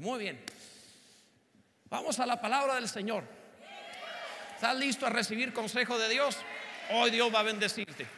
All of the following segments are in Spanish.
Muy bien. Vamos a la palabra del Señor. ¿Estás listo a recibir consejo de Dios? Hoy Dios va a bendecirte.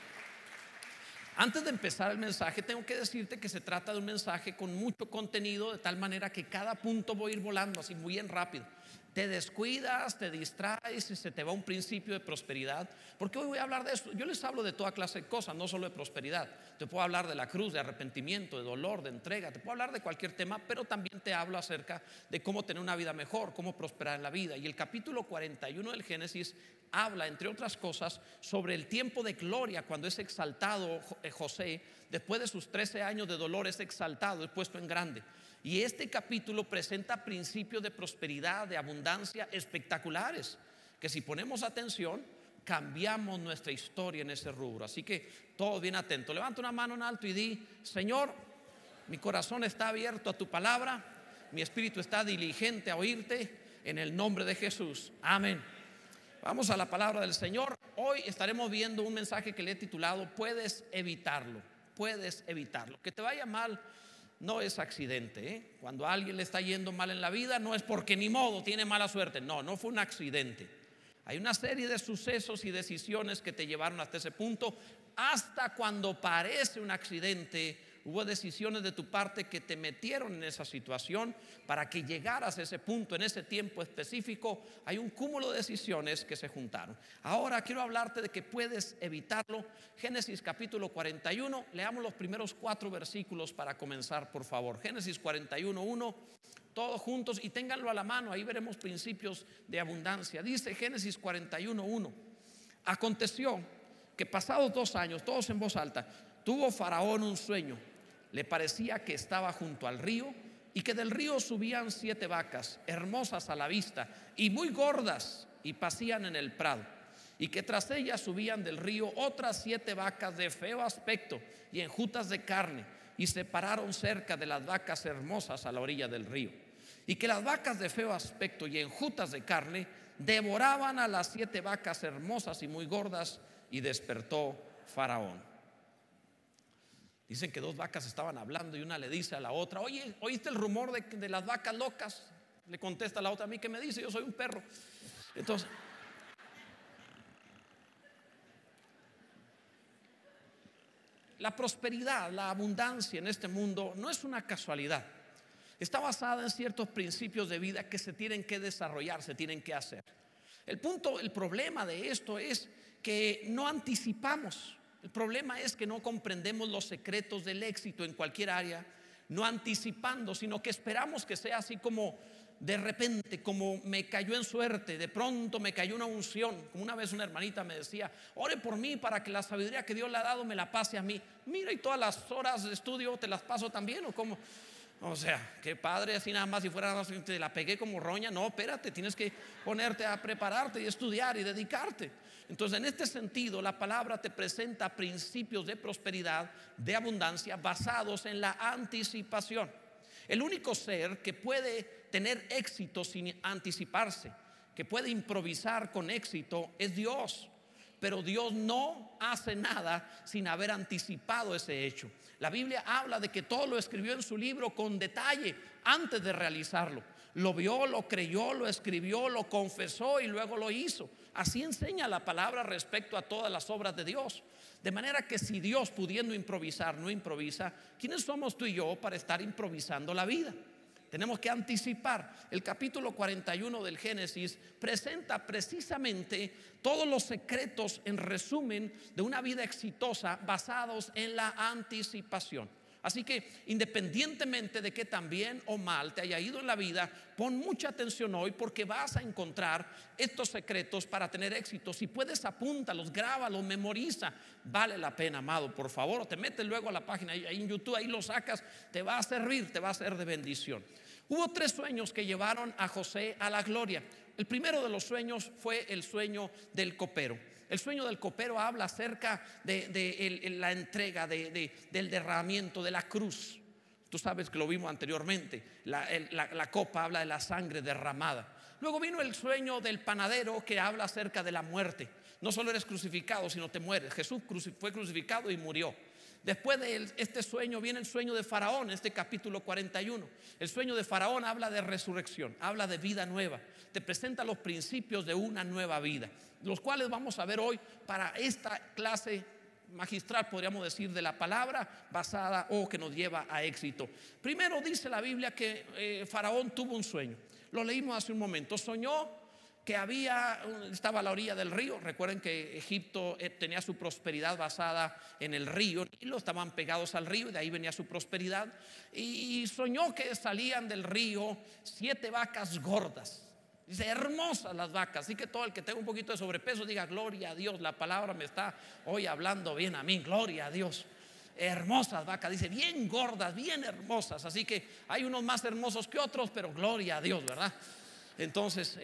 Antes de empezar el mensaje, tengo que decirte que se trata de un mensaje con mucho contenido, de tal manera que cada punto voy a ir volando así muy bien rápido. Te descuidas, te distraes y se te va un principio de prosperidad. Porque hoy voy a hablar de esto. Yo les hablo de toda clase de cosas, no solo de prosperidad. Te puedo hablar de la cruz, de arrepentimiento, de dolor, de entrega. Te puedo hablar de cualquier tema, pero también te hablo acerca de cómo tener una vida mejor, cómo prosperar en la vida. Y el capítulo 41 del Génesis habla, entre otras cosas, sobre el tiempo de gloria cuando es exaltado José. Después de sus 13 años de dolor es exaltado, es puesto en grande. Y este capítulo presenta principios de prosperidad, de abundancia espectaculares, que si ponemos atención cambiamos nuestra historia en ese rubro. Así que todos bien atentos. Levanta una mano en alto y di: Señor, mi corazón está abierto a tu palabra, mi espíritu está diligente a oírte, en el nombre de Jesús, amén. Vamos a la palabra del Señor. Hoy estaremos viendo un mensaje que le he titulado Puedes evitarlo. Puedes evitarlo. Que te vaya mal no es accidente, ¿eh? Cuando a alguien le está yendo mal en la vida, no es porque ni modo tiene mala suerte. No, no fue un accidente. Hay una serie de sucesos y decisiones que te llevaron hasta ese punto. Hasta cuando parece un accidente, hubo decisiones de tu parte que te metieron en esa situación para que llegaras a ese punto en ese tiempo específico. Hay un cúmulo de decisiones que se juntaron. Ahora quiero hablarte de que puedes evitarlo. Génesis capítulo 41, leamos los primeros 4 versículos para comenzar, por favor. Génesis 41:1, todos juntos y ténganlo a la mano, ahí veremos principios de abundancia. Dice Génesis 41:1: aconteció que pasados 2 años, todos en voz alta, tuvo Faraón un sueño. Le parecía que estaba junto al río y que del río subían 7 vacas, hermosas a la vista y muy gordas, y pacían en el prado, y que tras ellas subían del río otras 7 vacas de feo aspecto y enjutas de carne, y se pararon cerca de las vacas hermosas a la orilla del río, y que las vacas de feo aspecto y enjutas de carne devoraban a las 7 vacas hermosas y muy gordas, y despertó Faraón. Dicen que 2 vacas estaban hablando y una le dice a la otra: oye, ¿oíste el rumor de las vacas locas? Le contesta la otra: ¿a mí qué me dice? Yo soy un perro. Entonces, la prosperidad, la abundancia en este mundo no es una casualidad. Está basada en ciertos principios de vida que se tienen que desarrollar, se tienen que hacer. El problema de esto es que no anticipamos. El problema es que no comprendemos los secretos del éxito en cualquier área, no anticipando, sino que esperamos que sea así como de repente, como me cayó en suerte, de pronto me cayó una unción. Como una vez una hermanita me decía: ore por mí para que la sabiduría que Dios le ha dado me la pase a mí. Mira, y todas las horas de estudio te las paso también, ¿o cómo? O sea, qué padre, así nada más, si fuera nada más, te la pegué como roña. No, espérate, tienes que ponerte a prepararte y estudiar y dedicarte. Entonces, en este sentido, la palabra te presenta principios de prosperidad, de abundancia, basados en la anticipación. El único ser que puede tener éxito sin anticiparse, que puede improvisar con éxito, es Dios. Pero Dios no hace nada sin haber anticipado ese hecho. La Biblia habla de que todo lo escribió en su libro con detalle antes de realizarlo. Lo vio, lo creyó, lo escribió, lo confesó y luego lo hizo. Así enseña la palabra respecto a todas las obras de Dios. De manera que si Dios, pudiendo improvisar, no improvisa, ¿quiénes somos tú y yo para estar improvisando la vida? Tenemos que anticipar. El capítulo 41 del Génesis presenta precisamente todos los secretos, en resumen, de una vida exitosa basados en la anticipación. Así que independientemente de que tan bien o mal te haya ido en la vida, pon mucha atención hoy, porque vas a encontrar estos secretos para tener éxito. Si puedes, apúntalos, grábalos, memoriza. Vale la pena, amado, por favor. O te metes luego a la página ahí en YouTube, ahí lo sacas. Te va a servir, te va a ser de bendición. Hubo 3 sueños que llevaron a José a la gloria. El primero de los sueños fue el sueño del copero. El sueño del copero habla acerca de la entrega, del derramamiento de la cruz. Tú sabes que lo vimos anteriormente. La copa habla de la sangre derramada. Luego vino el sueño del panadero, que habla acerca de la muerte. No solo eres crucificado, sino te mueres. Jesús fue crucificado y murió. Después de este sueño viene el sueño de Faraón, este capítulo 41. El sueño de Faraón habla de resurrección, habla de vida nueva, te presenta los principios de una nueva vida, los cuales vamos a ver hoy para esta clase magistral, podríamos decir, de la palabra basada o que nos lleva a éxito. Primero dice la Biblia que Faraón tuvo un sueño. Lo leímos hace un momento. Soñó que estaba a la orilla del río. Recuerden que Egipto tenía su prosperidad basada en el río, y los estaban pegados al río, y de ahí venía su prosperidad. Y soñó que salían del río 7 vacas gordas. Dice, hermosas las vacas. Así que todo el que tenga un poquito de sobrepeso diga, gloria a Dios, la palabra me está hoy hablando bien a mí, gloria a Dios. Hermosas vacas, dice, bien gordas, bien hermosas. Así que hay unos más hermosos que otros, pero gloria a Dios, ¿verdad? Entonces,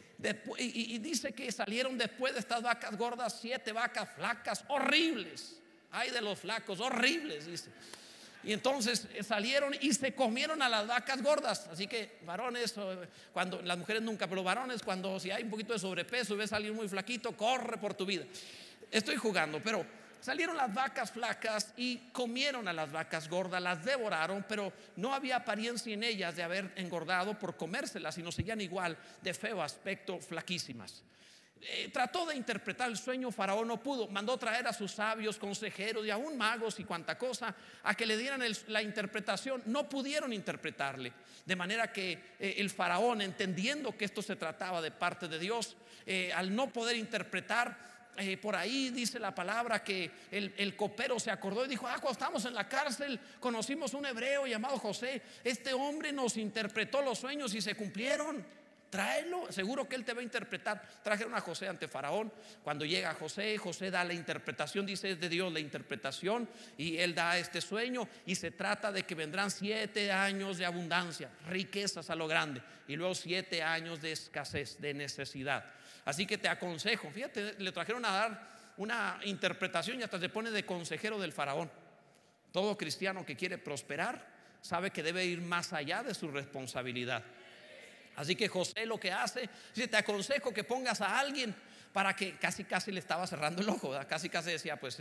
y dice que salieron después de estas vacas gordas 7 vacas flacas, horribles. Ay de los flacos, horribles, dice. Y entonces salieron y se comieron a las vacas gordas. Así que varones, cuando las mujeres nunca, pero varones, cuando si hay un poquito de sobrepeso y ves a alguien muy flaquito, corre por tu vida. Estoy jugando, pero salieron las vacas flacas y comieron a las vacas gordas, las devoraron, pero no había apariencia en ellas de haber engordado por comérselas, sino seguían igual de feo aspecto, flaquísimas. Trató de interpretar el sueño, Faraón no pudo. Mandó traer a sus sabios, consejeros y aún magos y cuanta cosa a que le dieran la interpretación. No pudieron interpretarle, de manera que el Faraón, entendiendo que esto se trataba de parte de Dios, al no poder interpretar, por ahí dice la palabra que el copero se acordó y dijo, cuando estábamos en la cárcel conocimos un hebreo llamado José. Este hombre nos interpretó los sueños y se cumplieron. Tráelo, seguro que él te va a interpretar. Trajeron a José ante Faraón. Cuando llega José, José da la interpretación, dice, es de Dios la interpretación, y él da este sueño, y se trata de que vendrán 7 años de abundancia, riquezas a lo grande, y luego 7 años de escasez, de necesidad. Así que te aconsejo, fíjate, le trajeron a dar una interpretación y hasta se pone de consejero del Faraón. Todo cristiano que quiere prosperar sabe que debe ir más allá de su responsabilidad. Así que José lo que hace, dice, te aconsejo que pongas a alguien para que casi le estaba cerrando el ojo, ¿verdad? Casi decía, pues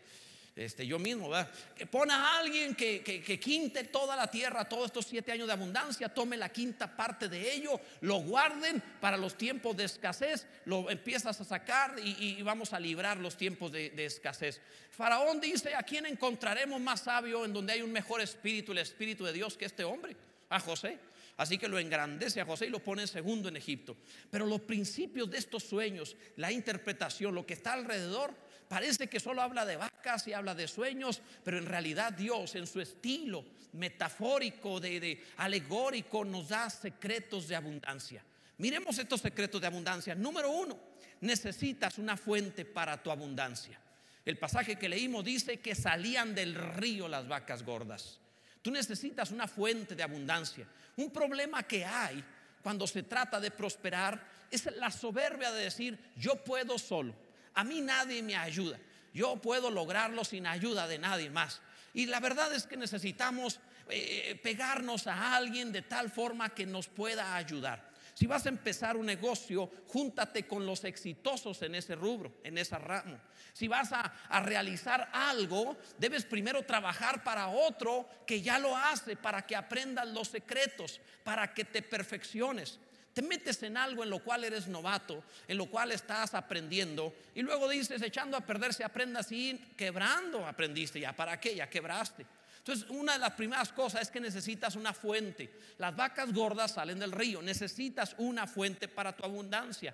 yo mismo, ¿verdad? Que pone a alguien que quinte toda la tierra, todos estos 7 años de abundancia, tome la quinta parte de ello, lo guarden para los tiempos de escasez, lo empiezas a sacar y vamos a librar los tiempos de escasez. Faraón dice, ¿a quién encontraremos más sabio en donde hay un mejor espíritu, el espíritu de Dios, que este hombre? A José. Así que lo engrandece a José y lo pone segundo en Egipto. Pero los principios de estos sueños, la interpretación, lo que está alrededor, parece que solo habla de vacas y habla de sueños, pero en realidad Dios, en su estilo metafórico, de alegórico, nos da secretos de abundancia. Miremos estos secretos de abundancia. Número 1, necesitas una fuente para tu abundancia. El pasaje que leímos dice que salían del río las vacas gordas. Tú necesitas una fuente de abundancia. Un problema que hay cuando se trata de prosperar es la soberbia de decir, yo puedo solo, a mí nadie me ayuda, yo puedo lograrlo sin ayuda de nadie más. Y la verdad es que necesitamos pegarnos a alguien de tal forma que nos pueda ayudar. Si vas a empezar un negocio, júntate con los exitosos en ese rubro, en ese ramo. Si vas a realizar algo, debes primero trabajar para otro que ya lo hace, para que aprendas los secretos, para que te perfecciones. Te metes en algo en lo cual eres novato, en lo cual estás aprendiendo, y luego dices, echando a perder se aprende así, quebrando aprendiste ya. ¿Para qué? Ya quebraste. Entonces, una de las primeras cosas es que necesitas una fuente. Las vacas gordas salen del río. Necesitas una fuente para tu abundancia.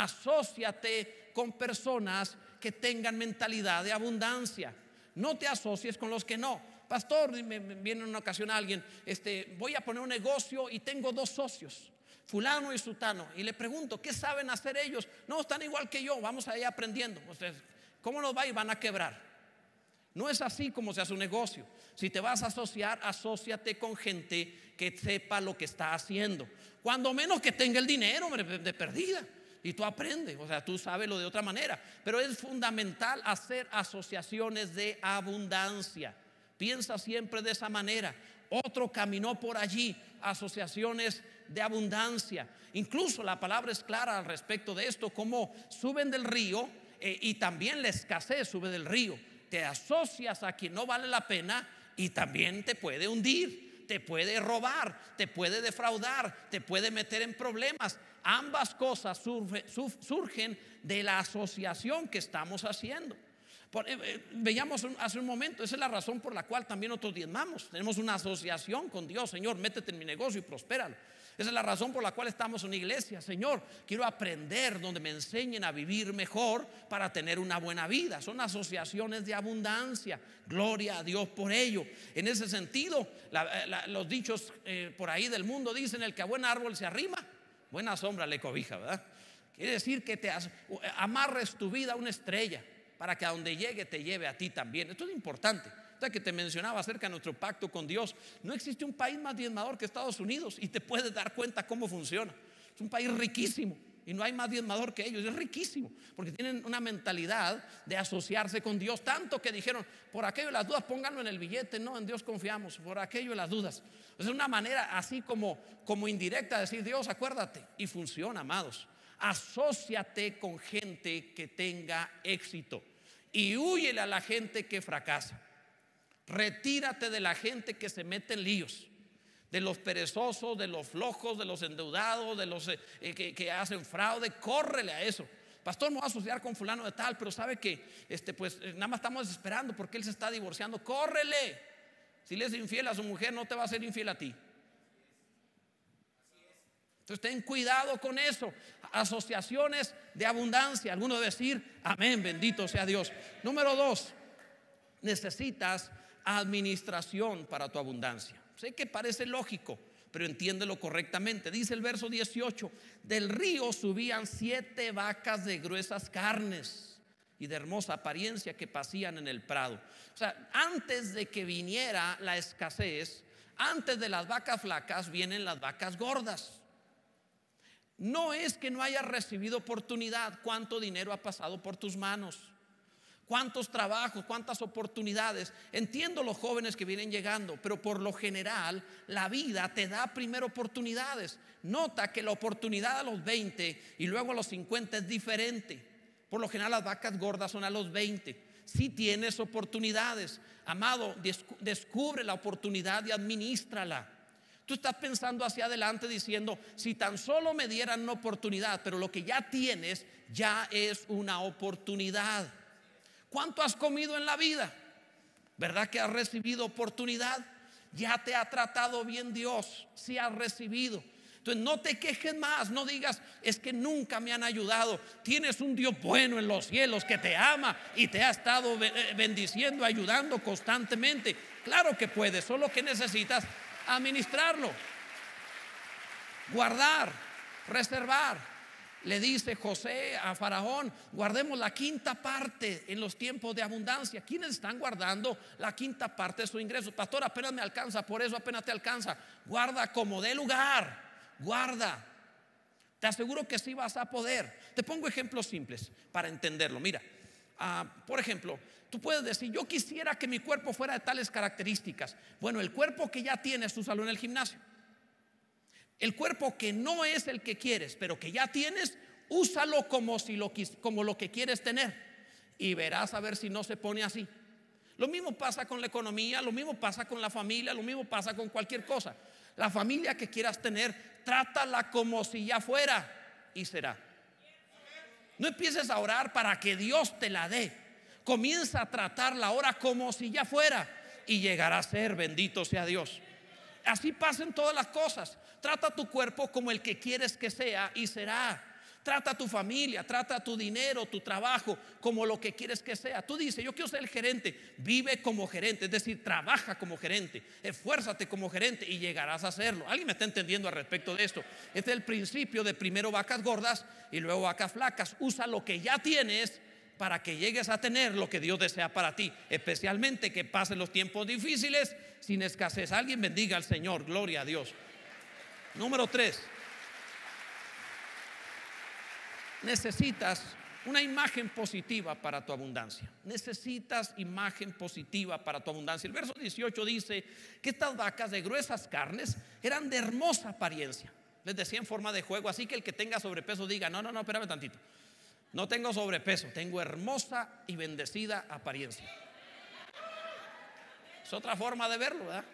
Asóciate con personas que tengan mentalidad de abundancia. No te asocies con los que no. Pastor, me viene en una ocasión alguien, voy a poner un negocio y tengo 2 socios, fulano y sutano, y le pregunto, ¿qué saben hacer ellos? No, están igual que yo, vamos a ir aprendiendo. Ustedes, ¿cómo nos va? Y van a quebrar. No es así como se hace un negocio. Si te vas a asociar, asóciate con gente que sepa lo que está haciendo. Cuando menos que tenga el dinero de perdida. Y tú aprendes, o sea, tú sabes lo de otra manera. Pero es fundamental hacer asociaciones de abundancia. Piensa siempre de esa manera. Otro caminó por allí, asociaciones de abundancia. Incluso la palabra es clara al respecto de esto, como suben del río y también la escasez sube del río. te asocias a quien no vale la pena y también te puede hundir, te puede robar, te puede defraudar, te puede meter en problemas. Ambas cosas surgen de la asociación que estamos haciendo. Veíamos hace un momento, esa es la razón por la cual también nosotros diezmamos. Tenemos una asociación con Dios. Señor, métete en mi negocio y prospéralo. Esa es la razón por la cual estamos en una iglesia. Señor, quiero aprender donde me enseñen a vivir mejor para tener una buena vida. Son asociaciones de abundancia. Gloria a Dios por ello. En ese sentido, los dichos por ahí del mundo dicen: el que a buen árbol se arrima, buena sombra le cobija, ¿verdad? Quiere decir que te amarres tu vida a una estrella para que a donde llegue te lleve a ti también. Esto es importante. Que te mencionaba acerca de nuestro pacto con Dios. No existe un país más diezmador que Estados Unidos, y te puedes dar cuenta cómo funciona. Es un país riquísimo y no hay más diezmador que ellos. Es riquísimo porque tienen una mentalidad de asociarse con Dios, tanto que dijeron: por aquello de las dudas pónganlo en el billete, no, en Dios confiamos, por aquello de las dudas. Es una manera así como indirecta de decir: Dios, acuérdate. Y funciona, amados. Asóciate con gente que tenga éxito y húyele a la gente que fracasa. Retírate de la gente que se mete en líos, de los perezosos, de los flojos, de los endeudados, de los que hacen fraude. Córrele a eso. Pastor, me voy a asociar con fulano de tal, pero sabe que pues nada más estamos desesperando porque él se está divorciando. Córrele. Si le es infiel a su mujer, no te va a ser infiel a ti. Entonces ten cuidado con eso. Asociaciones de abundancia. Algunos decir amén, bendito sea Dios. Número 2, necesitas administración para tu abundancia. Sé que parece lógico, pero entiéndelo correctamente. Dice el verso 18: del río subían 7 vacas de gruesas carnes y de hermosa apariencia que pasían en el prado. O sea, antes de que viniera la escasez, antes de las vacas flacas vienen las vacas gordas. No es que no hayas recibido oportunidad. ¿Cuánto dinero ha pasado por tus manos? ¿Cuántos trabajos, cuántas oportunidades? Entiendo los jóvenes que vienen llegando, pero por lo general la vida te da primero oportunidades. Nota que la oportunidad a los 20 y luego a los 50 es diferente. Por lo general las vacas gordas son a los 20. Si tienes oportunidades, amado, descubre la oportunidad y administrala. Tú estás pensando hacia adelante diciendo: si tan solo me dieran una oportunidad, pero lo que ya tienes ya es una oportunidad. ¿Cuánto has comido en la vida? ¿Verdad que has recibido oportunidad? Ya te ha tratado bien Dios, si has recibido. Entonces no te quejes más, no digas: es que nunca me han ayudado. Tienes un Dios bueno en los cielos que te ama y te ha estado bendiciendo, ayudando constantemente. Claro que puedes, solo que necesitas administrarlo, guardar, reservar. Le dice José a Faraón: guardemos la quinta parte en los tiempos de abundancia. ¿Quiénes están guardando la quinta parte de su ingreso? Pastor, apenas me alcanza, por eso apenas te alcanza. Guarda como dé lugar, guarda. Te aseguro que sí vas a poder. Te pongo ejemplos simples para entenderlo. Mira, por ejemplo, tú puedes decir: yo quisiera que mi cuerpo fuera de tales características. Bueno, el cuerpo que ya tienes, úsalo en el gimnasio. El cuerpo que no es el que quieres, pero que ya tienes, úsalo como lo que quieres tener, y verás a ver si no se pone así. Lo mismo pasa con la economía, lo mismo pasa con la familia, lo mismo pasa con cualquier cosa. La familia que quieras tener, trátala como si ya fuera, y será. No empieces a orar para que Dios te la dé. Comienza a tratarla ahora como si ya fuera, y llegará a ser, bendito sea Dios. Así pasan todas las cosas. Trata tu cuerpo como el que quieres que sea, y será. Trata a tu familia, trata a tu dinero, tu trabajo como lo que quieres que sea. Tú dices: yo quiero ser el gerente. Vive como gerente, es decir, trabaja como gerente, esfuérzate como gerente y llegarás a hacerlo. ¿Alguien me está entendiendo al respecto de esto? Este es el principio de primero vacas gordas y luego vacas flacas. Usa lo que ya tienes para que llegues a tener lo que Dios desea para ti, especialmente que pasen los tiempos difíciles sin escasez. Alguien bendiga al Señor, gloria a Dios. Número 3, necesitas una imagen positiva para tu abundancia. Necesitas imagen positiva para tu abundancia. El verso 18 dice que estas vacas de gruesas carnes eran de hermosa apariencia. Les decía en forma de juego, así que el que tenga sobrepeso diga: no, espérame tantito. No tengo sobrepeso, tengo hermosa y bendecida apariencia. Es otra forma de verlo, ¿verdad?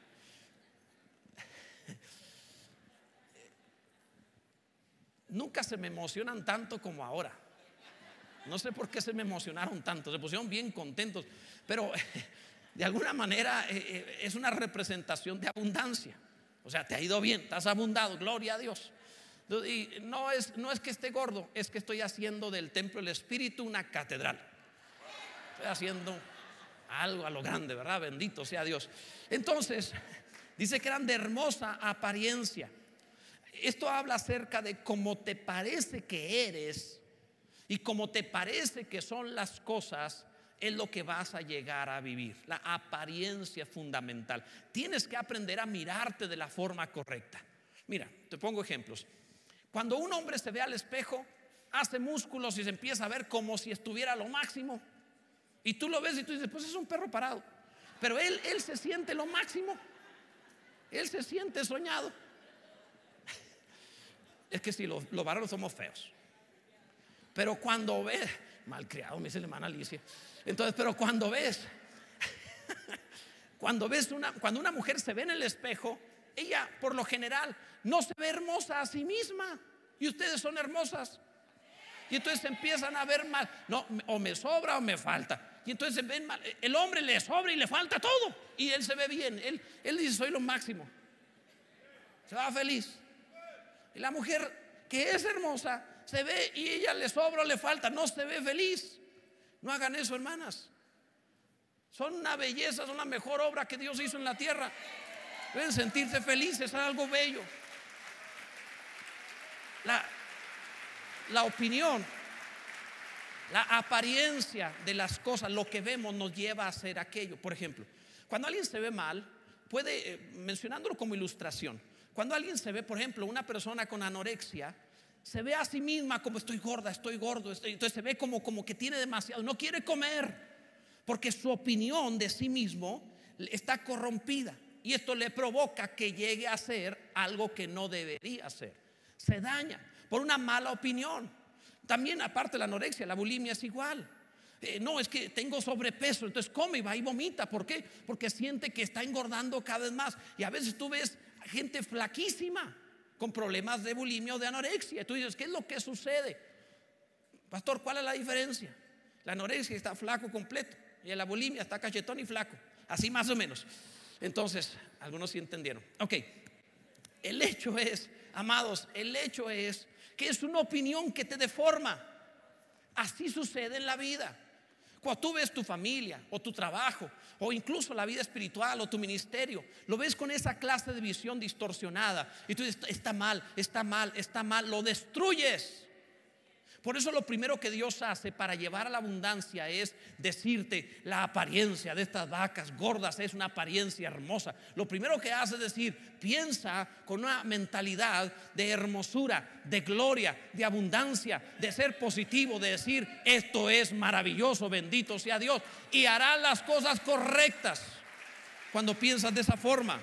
Nunca se me emocionan tanto como ahora. No sé por qué se me emocionaron tanto. Se pusieron bien contentos. Pero de alguna manera es una representación de abundancia. O sea, te ha ido bien, estás abundado, gloria a Dios. Y no es que esté gordo, es que estoy haciendo del templo del Espíritu una catedral. Estoy haciendo algo a lo grande, ¿verdad? Bendito sea Dios. Entonces, dice que eran de hermosa apariencia. Esto habla acerca de cómo te parece que eres y cómo te parece que son las cosas, es lo que vas a llegar a vivir. La apariencia es fundamental. Tienes que aprender a mirarte de la forma correcta. Mira, te pongo ejemplos. Cuando un hombre se ve al espejo, hace músculos y se empieza a ver como si estuviera a lo máximo. Y tú lo ves y tú dices, pues es un perro parado. Pero él se siente lo máximo. Él se siente soñado. Es que si los varones somos feos. Pero cuando ves, malcriado, me dice la hermana Alicia. Entonces, pero cuando una mujer se ve en el espejo, ella por lo general no se ve hermosa a sí misma. Y ustedes son hermosas. Y entonces empiezan a ver mal. No, o me sobra o me falta. Y entonces se ven mal. El hombre le sobra y le falta todo. Y él se ve bien. Él dice, soy lo máximo. Se va feliz. Y la mujer que es hermosa se ve y ella le sobra o le falta, no se ve feliz. No hagan eso, hermanas. Son una belleza, son la mejor obra que Dios hizo en la tierra. Deben sentirse felices, es algo bello. La opinión, la apariencia de las cosas, lo que vemos nos lleva a hacer aquello. Por ejemplo, cuando alguien se ve mal, mencionándolo como ilustración, cuando alguien se ve, por ejemplo, una persona con anorexia, se ve a sí misma como estoy gorda, estoy gordo, entonces se ve como que tiene demasiado, no quiere comer, porque su opinión de sí mismo está corrompida. Y esto le provoca que llegue a hacer algo que no debería hacer. Se daña por una mala opinión. También, aparte de la anorexia, la bulimia es igual. No, es que tengo sobrepeso, entonces come y va y vomita. ¿Por qué? Porque siente que está engordando cada vez más. Y a veces tú ves gente flaquísima con problemas de bulimia o de anorexia. Y tú dices, ¿qué es lo que sucede? Pastor, ¿cuál es la diferencia? La anorexia está flaco completo y en la bulimia está cachetón y flaco. Así más o menos. Entonces, algunos sí entendieron. Ok, el hecho es, amados, el hecho es que es una opinión que te deforma. Así sucede en la vida. Cuando tú ves tu familia o tu trabajo o incluso la vida espiritual o tu ministerio, lo ves con esa clase de visión distorsionada y tú dices, está mal, está mal, está mal, lo destruyes. Por eso lo primero que Dios hace para llevar a la abundancia es decirte, la apariencia de estas vacas gordas es una apariencia hermosa. Lo primero que hace es decir, piensa con una mentalidad de hermosura, de gloria, de abundancia, de ser positivo, de decir, esto es maravilloso, bendito sea Dios. Y harás las cosas correctas cuando piensas de esa forma.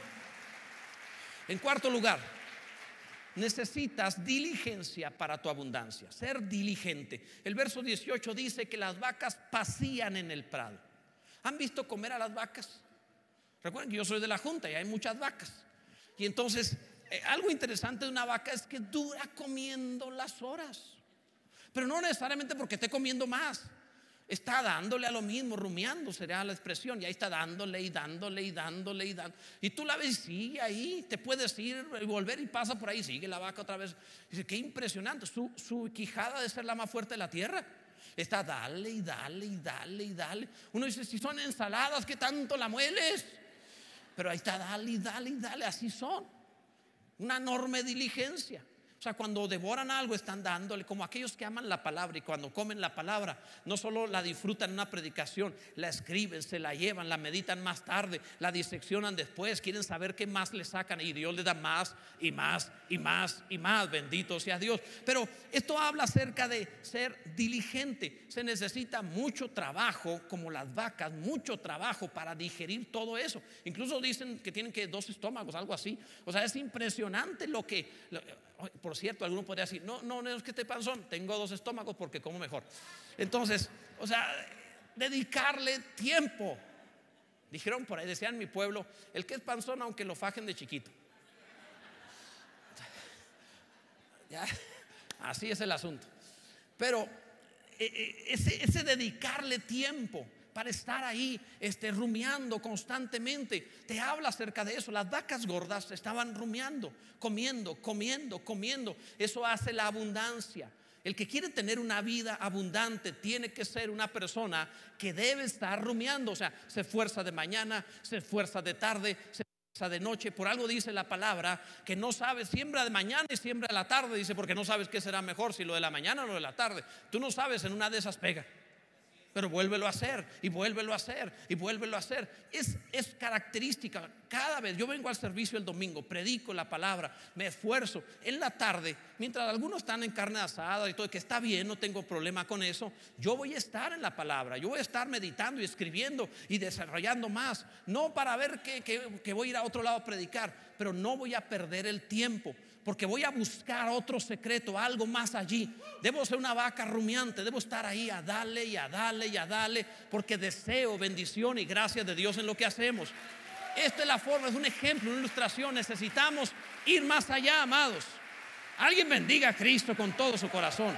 En cuarto lugar, necesitas diligencia para tu abundancia. Ser diligente. El verso 18 dice que las vacas pacían en el prado. ¿Han visto comer a las vacas? Recuerden que yo soy de la junta y hay muchas vacas. Y entonces algo interesante de una vaca es que dura comiendo las horas. Pero no necesariamente porque esté comiendo más. Está dándole a lo mismo, rumiando será la expresión. Y ahí está dándole y dándole y dándole y dándole. Y tú la ves y sigue ahí. Te puedes ir y volver y pasa por ahí. Sigue la vaca otra vez. Dice, qué impresionante. Su quijada de ser la más fuerte de la tierra. Está dale y dale y dale y dale. Uno dice, si son ensaladas, ¿qué tanto la mueles? Pero ahí está dale y dale y dale. Así son. Una enorme diligencia. O sea, cuando devoran algo están dándole, como aquellos que aman la palabra y cuando comen la palabra no solo la disfrutan en una predicación, la escriben, se la llevan, la meditan más tarde, la diseccionan después, quieren saber qué más le sacan y Dios les da más y más y más y más, bendito sea Dios. Pero esto habla acerca de ser diligente. Se necesita mucho trabajo, como las vacas, mucho trabajo para digerir todo eso. Incluso dicen que tienen que 2 estómagos, algo así. O sea, es impresionante lo que... Por cierto, alguno podría decir, no es que esté panzón, tengo 2 estómagos porque como mejor. Entonces, o sea, dedicarle tiempo Dijeron por ahí, decían en mi pueblo, el que es panzón aunque lo fajen de chiquito. Ya, así es el asunto. Pero ese dedicarle tiempo para estar ahí rumiando constantemente, te habla acerca de eso. Las vacas gordas estaban rumiando, comiendo. Eso hace la abundancia. El que quiere tener una vida abundante tiene que ser una persona que debe estar rumiando. O sea, se esfuerza de mañana, se esfuerza de tarde, se esfuerza de noche. Por algo dice la palabra que no sabes, siembra de mañana y siembra de la tarde. Dice, porque no sabes qué será mejor, si lo de la mañana o lo de la tarde. Tú no sabes, en una de esas pega. Pero vuélvelo a hacer y vuélvelo a hacer y vuélvelo a hacer. Es característica. Cada vez yo vengo al servicio el domingo, predico la palabra, me esfuerzo. En la tarde, mientras algunos están en carne asada y todo, que está bien, no tengo problema con eso, yo voy a estar en la palabra. Yo voy a estar meditando y escribiendo y desarrollando más. No para ver que voy a ir a otro lado a predicar, pero no voy a perder el tiempo, porque voy a buscar otro secreto, algo más allí. Debo ser una vaca rumiante, debo estar ahí a darle y a darle y a darle, porque deseo bendición y gracia de Dios en lo que hacemos. Esta es la forma, es un ejemplo, una ilustración. Necesitamos ir más allá, amados. Alguien bendiga a Cristo con todo su corazón.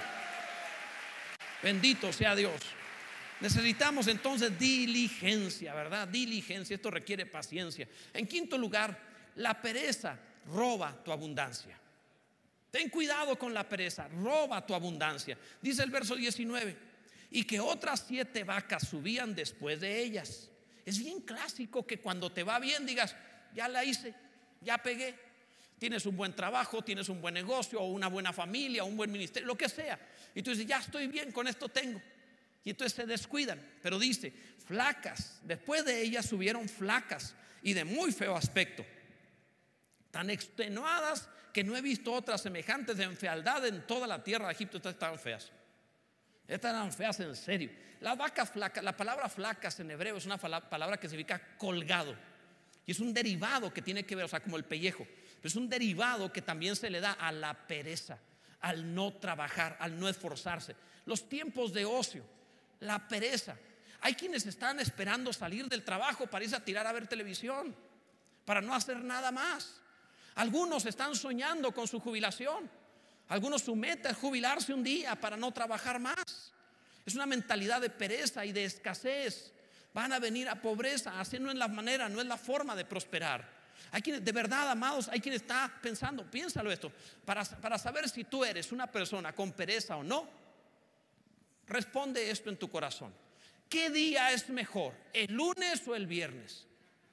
Bendito sea Dios. Necesitamos entonces diligencia, ¿verdad? Diligencia, esto requiere paciencia. En quinto lugar, la pereza roba tu abundancia. Ten cuidado con la pereza, roba tu abundancia. Dice el verso 19: y que otras 7 vacas subían después de ellas. Es bien clásico que cuando te va bien digas, ya la hice, ya pegué. Tienes un buen trabajo, tienes un buen negocio, o una buena familia, un buen ministerio, lo que sea. Y tú dices, ya estoy bien, con esto tengo. Y entonces se descuidan. Pero dice, flacas, después de ellas subieron flacas y de muy feo aspecto, tan extenuadas que no he visto otras semejantes de fealdad en toda la tierra de Egipto. Estas estaban feas. Estas eran feas en serio. Las vacas flacas, la palabra flacas en hebreo es una palabra que significa colgado. Y es un derivado que tiene que ver, o sea, como el pellejo. Pero es un derivado que también se le da a la pereza, al no trabajar, al no esforzarse. Los tiempos de ocio, la pereza. Hay quienes están esperando salir del trabajo para irse a tirar a ver televisión, para no hacer nada más. Algunos están soñando con su jubilación. Algunos su meta es jubilarse un día para no trabajar más. Es una mentalidad de pereza y de escasez. Van a venir a pobreza. Así no es la manera, no es la forma de prosperar. Hay quienes, de verdad, amados, hay quien está pensando, piénsalo esto, para saber si tú eres una persona con pereza o no. Responde esto en tu corazón: ¿qué día es mejor, el lunes o el viernes?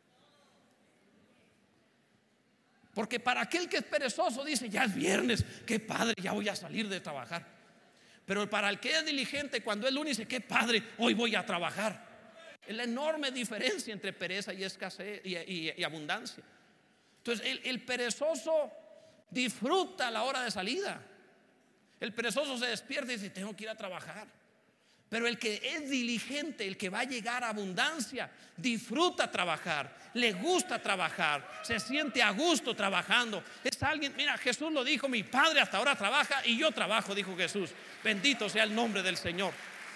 Porque para aquel que es perezoso dice, ya es viernes, qué padre, ya voy a salir de trabajar. Pero para el que es diligente, cuando es lunes, dice, qué padre, hoy voy a trabajar. Es la enorme diferencia entre pereza y escasez y abundancia. Entonces el perezoso disfruta la hora de salida. El perezoso se despierta y dice, tengo que ir a trabajar. Pero el que es diligente, el que va a llegar a abundancia, disfruta trabajar, le gusta trabajar, se siente a gusto trabajando. Es alguien, mira, Jesús lo dijo, mi padre hasta ahora trabaja y yo trabajo, dijo Jesús. Bendito sea el nombre del Señor.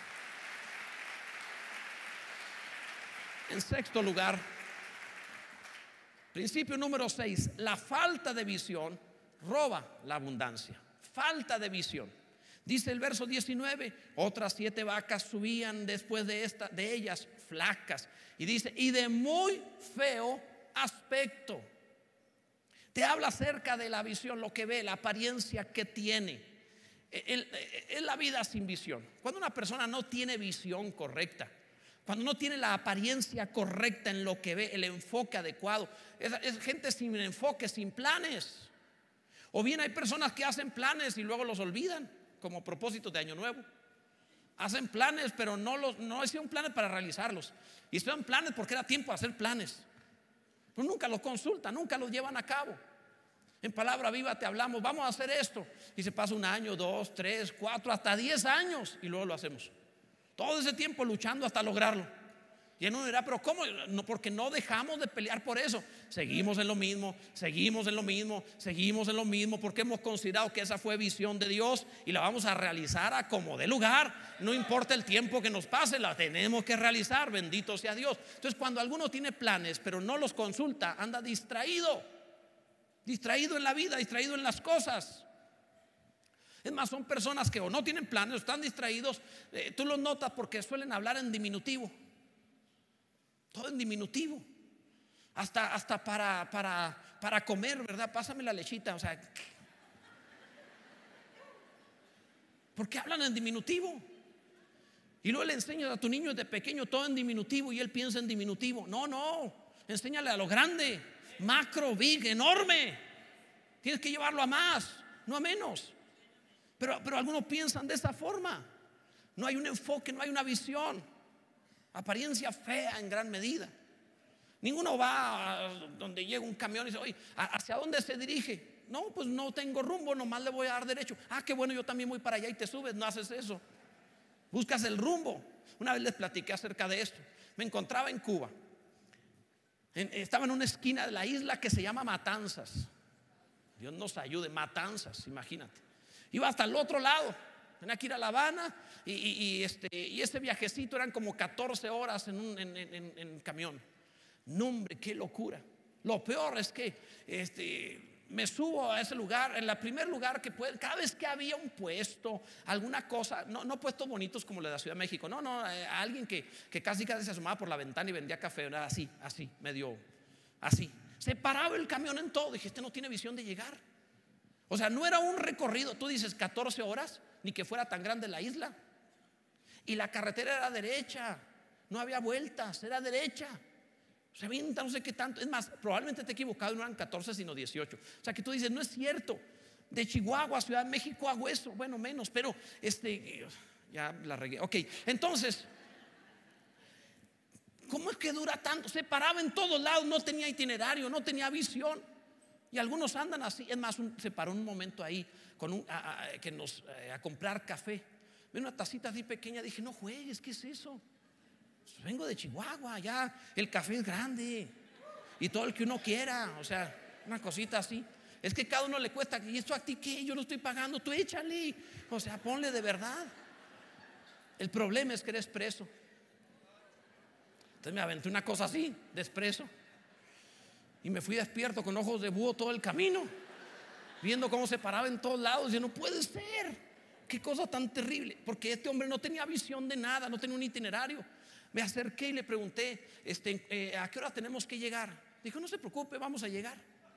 En sexto lugar, principio número 6, la falta de visión roba la abundancia. Falta de visión. Dice el verso 19, otras 7 vacas subían después de ellas, flacas. Y dice, y de muy feo aspecto. Te habla acerca de la visión, lo que ve, la apariencia que tiene. Es la vida sin visión. Cuando una persona no tiene visión correcta, cuando no tiene la apariencia correcta en lo que ve, el enfoque adecuado, es gente sin enfoque, sin planes. O bien hay personas que hacen planes y luego los olvidan, como propósitos de año nuevo. Hacen planes, pero no hicieron planes para realizarlos. Hicieron planes porque era tiempo de hacer planes, pero nunca los consultan, nunca los llevan a cabo. En Palabra Viva te hablamos, vamos a hacer esto, y se pasa 1 año, 2, 3, 4, hasta 10 años y luego lo hacemos. Todo ese tiempo luchando hasta lograrlo. Y uno dirá, pero ¿cómo? No, porque no dejamos de pelear por eso. Seguimos en lo mismo, seguimos en lo mismo, seguimos en lo mismo, porque hemos considerado que esa fue visión de Dios y la vamos a realizar a como dé lugar. No importa el tiempo que nos pase, la tenemos que realizar, bendito sea Dios. Entonces, cuando alguno tiene planes pero no los consulta, anda distraído en la vida, distraído en las cosas. Es más, son personas que o no tienen planes o están distraídos. Tú los notas porque suelen hablar en diminutivo. Todo en diminutivo. Hasta para comer, ¿verdad? Pásame la lechita. O sea, porque hablan en diminutivo. Y luego le enseñas a tu niño desde pequeño todo en diminutivo y él piensa en diminutivo. No, enséñale a lo grande, macro, big, enorme. Tienes que llevarlo a más, no a menos. Pero algunos piensan de esa forma. No hay un enfoque, no hay una visión. Apariencia fea en gran medida. Ninguno va a donde llega un camión y dice, oye, ¿hacia dónde se dirige? No, pues no tengo rumbo, nomás le voy a dar derecho. Ah, qué bueno, yo también voy para allá, y te subes. No haces eso. Buscas el rumbo. Una vez les platiqué acerca de esto. Me encontraba en Cuba. Estaba en una esquina de la isla que se llama Matanzas. Dios nos ayude, Matanzas, imagínate. Iba hasta el otro lado. Tenía que ir a La Habana y ese viajecito eran como 14 horas en camión. No, hombre, qué locura. Lo peor es que me subo a ese lugar, en el primer lugar que puede. Cada vez que había un puesto, alguna cosa, no puestos bonitos como los de la Ciudad de México, alguien que casi se asomaba por la ventana y vendía café, era así, medio así. Se paraba el camión en todo. Dije, este no tiene visión de llegar. O sea, no era un recorrido, tú dices 14 horas, ni que fuera tan grande la isla. Y la carretera era derecha, no había vueltas, era derecha. Se avienta no sé qué tanto. Es más, probablemente te he equivocado, no eran 14 sino 18. O sea que tú dices, no es cierto. De Chihuahua a Ciudad de México hago eso. Bueno, menos, pero ya la regué. Ok, entonces, ¿cómo es que dura tanto? Se paraba en todos lados, no tenía itinerario, no tenía visión. Y algunos andan así. Es más, se paró un momento ahí a comprar café. Vi una tacita así pequeña. Dije, no juegues, ¿qué es eso? Pues vengo de Chihuahua, ya el café es grande y todo el que uno quiera. O sea, una cosita así. Es que cada uno le cuesta. ¿Y esto a ti qué? Yo no estoy pagando, tú échale. O sea, ponle de verdad. El problema es que eres preso. Entonces me aventé una cosa así, de expreso. Y me fui despierto con ojos de búho todo el camino, viendo cómo se paraba en todos lados. Y no puede ser, qué cosa tan terrible. Porque este hombre no tenía visión de nada, no tenía un itinerario. Me acerqué y le pregunté, ¿a qué hora tenemos que llegar? Dijo, no se preocupe, vamos a llegar.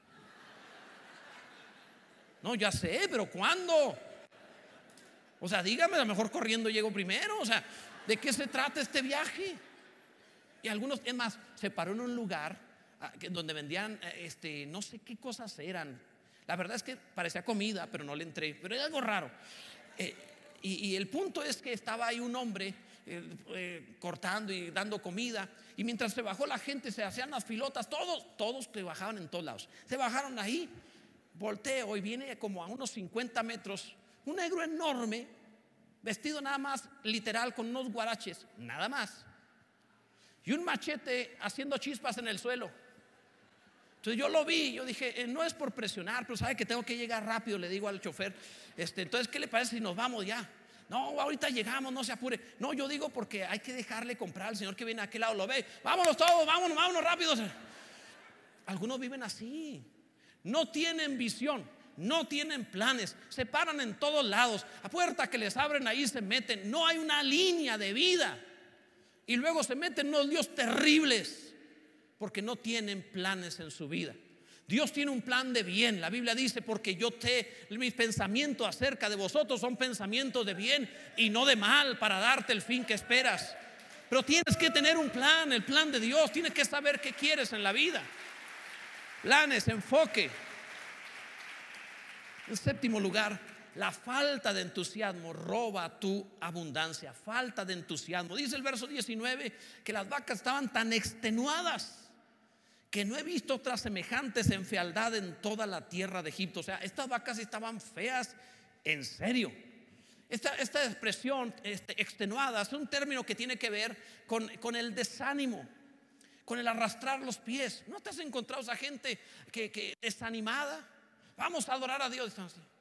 No, ya sé, pero ¿cuándo? O sea, dígame, a lo mejor corriendo llego primero. O sea, ¿de qué se trata este viaje? Y algunos, es más, se paró en un lugar donde vendían no sé qué cosas eran. La verdad es que parecía comida, pero no le entré. Pero era algo raro. Y el punto es que estaba ahí un hombre cortando y dando comida. Y mientras se bajó la gente, se hacían las filotas. Todos que bajaban en todos lados. Se bajaron ahí. Volteo y viene como a unos 50 metros un negro enorme, vestido nada más literal con unos guaraches, nada más, y un machete haciendo chispas en el suelo. Entonces yo lo vi, yo dije, no es por presionar, pero sabe que tengo que llegar rápido, le digo al chofer. Entonces, ¿qué le parece si nos vamos ya? No, ahorita llegamos, no se apure. No, yo digo porque hay que dejarle comprar al señor que viene a aquel lado, lo ve. Vámonos todos, vámonos rápido. Algunos viven así. No tienen visión, no tienen planes, se paran en todos lados. A puerta que les abren ahí se meten. No hay una línea de vida. Y luego se meten unos líos terribles porque no tienen planes en su vida. Dios tiene un plan de bien. La Biblia dice, porque mis pensamientos acerca de vosotros son pensamientos de bien y no de mal, para darte el fin que esperas. Pero tienes que tener un plan, el plan de Dios. Tienes que saber qué quieres en la vida. Planes, enfoque. En séptimo lugar, la falta de entusiasmo roba tu abundancia. Falta de entusiasmo. Dice el verso 19 que las vacas estaban tan extenuadas que no he visto otras semejantes en fealdad en toda la tierra de Egipto. O sea, estas vacas estaban feas en serio. Esta expresión extenuada es un término que tiene que ver con el desánimo, con el arrastrar los pies. ¿No te has encontrado esa gente que desanimada? Vamos a adorar a Dios.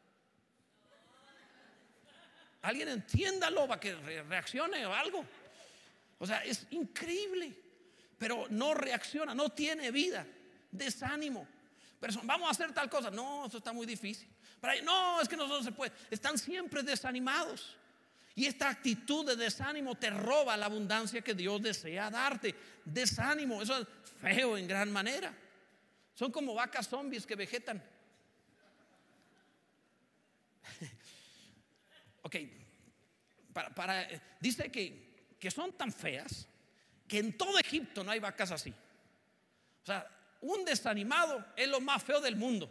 Alguien entiéndalo para que reaccione o algo. O sea, es increíble, pero no reacciona, no tiene vida. Desánimo. Vamos a hacer tal cosa. No, eso está muy difícil. No, es que no se puede. Están siempre desanimados. Y esta actitud de desánimo te roba la abundancia que Dios desea darte. Desánimo, eso es feo en gran manera. Son como vacas zombies que vegetan. Ok, dice que son tan feas que en todo Egipto no hay vacas así. O sea, un desanimado es lo más feo del mundo.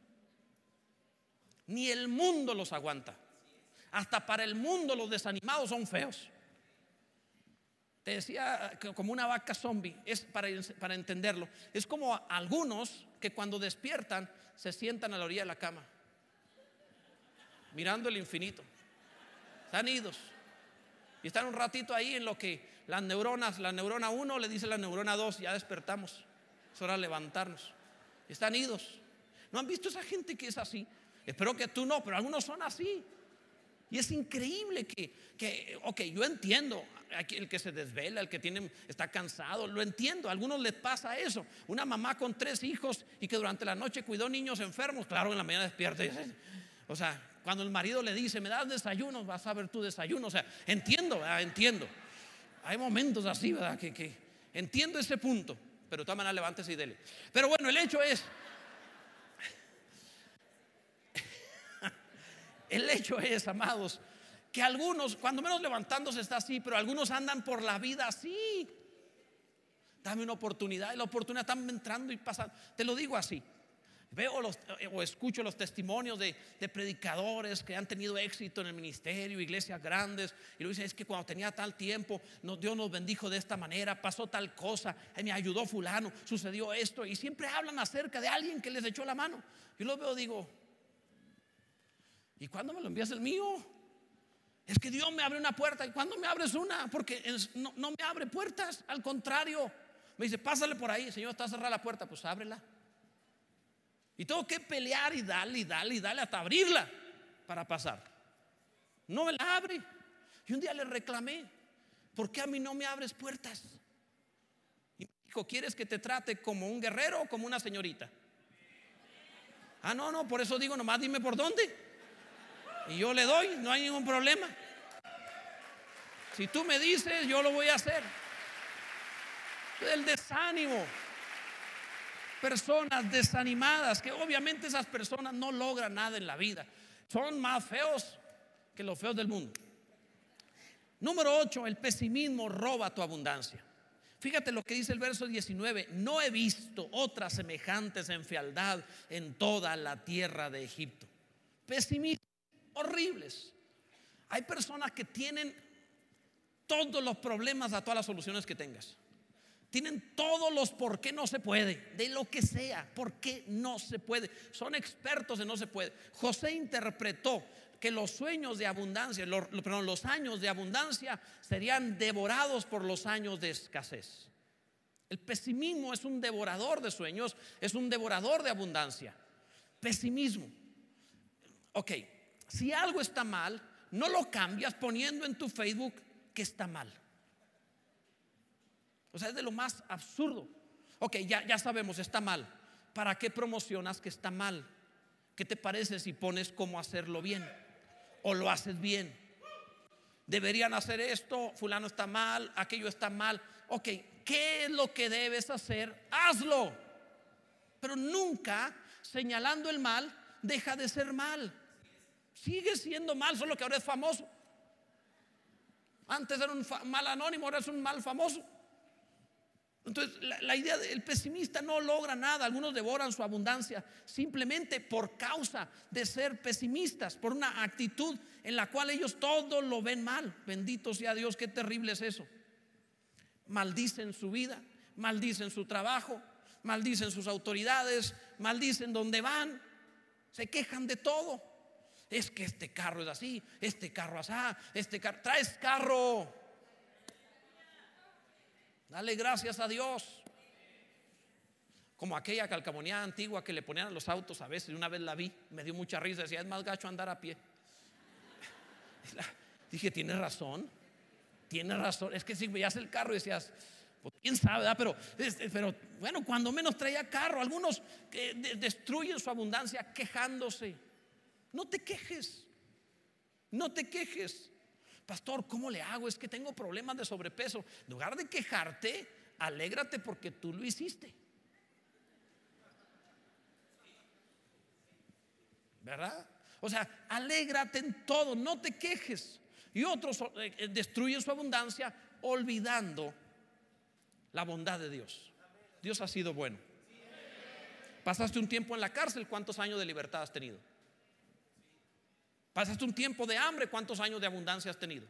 Ni el mundo los aguanta. Hasta para el mundo los desanimados son feos. Te decía que como una vaca zombie, es para entenderlo. Es como algunos que cuando despiertan se sientan a la orilla de la cama, mirando el infinito. Están idos y están un ratito ahí en lo que la neurona 1 le dice a la neurona 2: ya despertamos, es hora de levantarnos. Y están idos. ¿No han visto esa gente que es así? Espero que tú no, pero algunos son así. Y es increíble ok, yo entiendo el que se desvela, el que está cansado, lo entiendo. A algunos les pasa eso. Una mamá con 3 hijos y que durante la noche cuidó niños enfermos, claro, en la mañana despierta. O sea, cuando el marido le dice: me das desayuno, vas a ver tu desayuno. O sea, entiendo, ¿verdad? Entiendo. Hay momentos así, ¿verdad? Que entiendo ese punto, pero de todas maneras levántese y dele. Pero bueno, el hecho es, amados, que algunos, cuando menos levantándose está así, pero algunos andan por la vida así. Dame una oportunidad, y la oportunidad está entrando y pasando. Te lo digo así. Veo o escucho los testimonios de predicadores que han tenido éxito en el ministerio, iglesias grandes, y lo dicen: es que cuando tenía tal tiempo, Dios nos bendijo de esta manera, pasó tal cosa, me ayudó fulano, sucedió esto, y siempre hablan acerca de alguien que les echó la mano. Yo lo veo, digo: ¿y cuándo me lo envías el mío? Es que Dios me abre una puerta. ¿Y cuándo me abres una? Porque no me abre puertas, al contrario, me dice: pásale por ahí. Señor, está cerrada la puerta. Pues ábrela. Y tengo que pelear y darle hasta abrirla para pasar. No me la abre. Y un día le reclamé: ¿por qué a mí no me abres puertas? Y me dijo: ¿quieres que te trate como un guerrero o como una señorita? No, por eso digo, nomás dime por dónde y yo le doy, no hay ningún problema. Si tú me dices, yo lo voy a hacer. El desánimo. Personas desanimadas, que obviamente esas personas no logran nada en la vida. Son más feos que los feos del mundo. Número 8, el pesimismo roba tu abundancia. Fíjate lo que dice el verso 19: no he visto otras semejantes en fealdad en toda la tierra de Egipto. Pesimistas horribles. Hay personas que tienen todos los problemas a todas las soluciones que tengas. Tienen todos los por qué no se puede, de lo que sea, por qué no se puede. Son expertos en no se puede. José interpretó que los sueños de abundancia, los años de abundancia serían devorados por los años de escasez. El pesimismo es un devorador de sueños, es un devorador de abundancia. Pesimismo. Ok, si algo está mal, no lo cambias poniendo en tu Facebook que está mal. O sea, es de lo más absurdo. Ok, ya sabemos, está mal. ¿Para qué promocionas que está mal? ¿Qué te parece si pones cómo hacerlo bien? ¿O lo haces bien? Deberían hacer esto, fulano está mal, aquello está mal. Ok, ¿qué es lo que debes hacer? Hazlo. Pero nunca señalando el mal deja de ser mal. Sigue siendo mal, solo que ahora es famoso. Antes era un mal anónimo, ahora es un mal famoso. Entonces la idea del pesimista no logra nada. Algunos devoran su abundancia simplemente por causa de ser pesimistas, por una actitud en la cual ellos todo lo ven mal. Bendito sea Dios, qué terrible es eso. Maldicen su vida, maldicen su trabajo, maldicen sus autoridades, maldicen donde van, se quejan de todo. Es que este carro es así, este carro así, este carro. Traes carro. Dale gracias a Dios. Como aquella calcamonía antigua que le ponían a los autos a veces. Una vez la vi, me dio mucha risa. Decía, es más gacho andar a pie. Dije, tienes razón. Tienes razón. Es que si veías el carro y decías, pues quién sabe, ¿verdad? Pero bueno, cuando menos traía carro. Algunos que destruyen su abundancia quejándose. No te quejes. No te quejes. Pastor, ¿cómo le hago? Es que tengo problemas de sobrepeso. En lugar de quejarte, alégrate porque tú lo hiciste. ¿Verdad? O sea, alégrate en todo, no te quejes. Y otros destruyen su abundancia olvidando la bondad de Dios. Dios ha sido bueno. Pasaste un tiempo en la cárcel, ¿cuántos años de libertad has tenido? Pasaste un tiempo de hambre, ¿cuántos años de abundancia has tenido?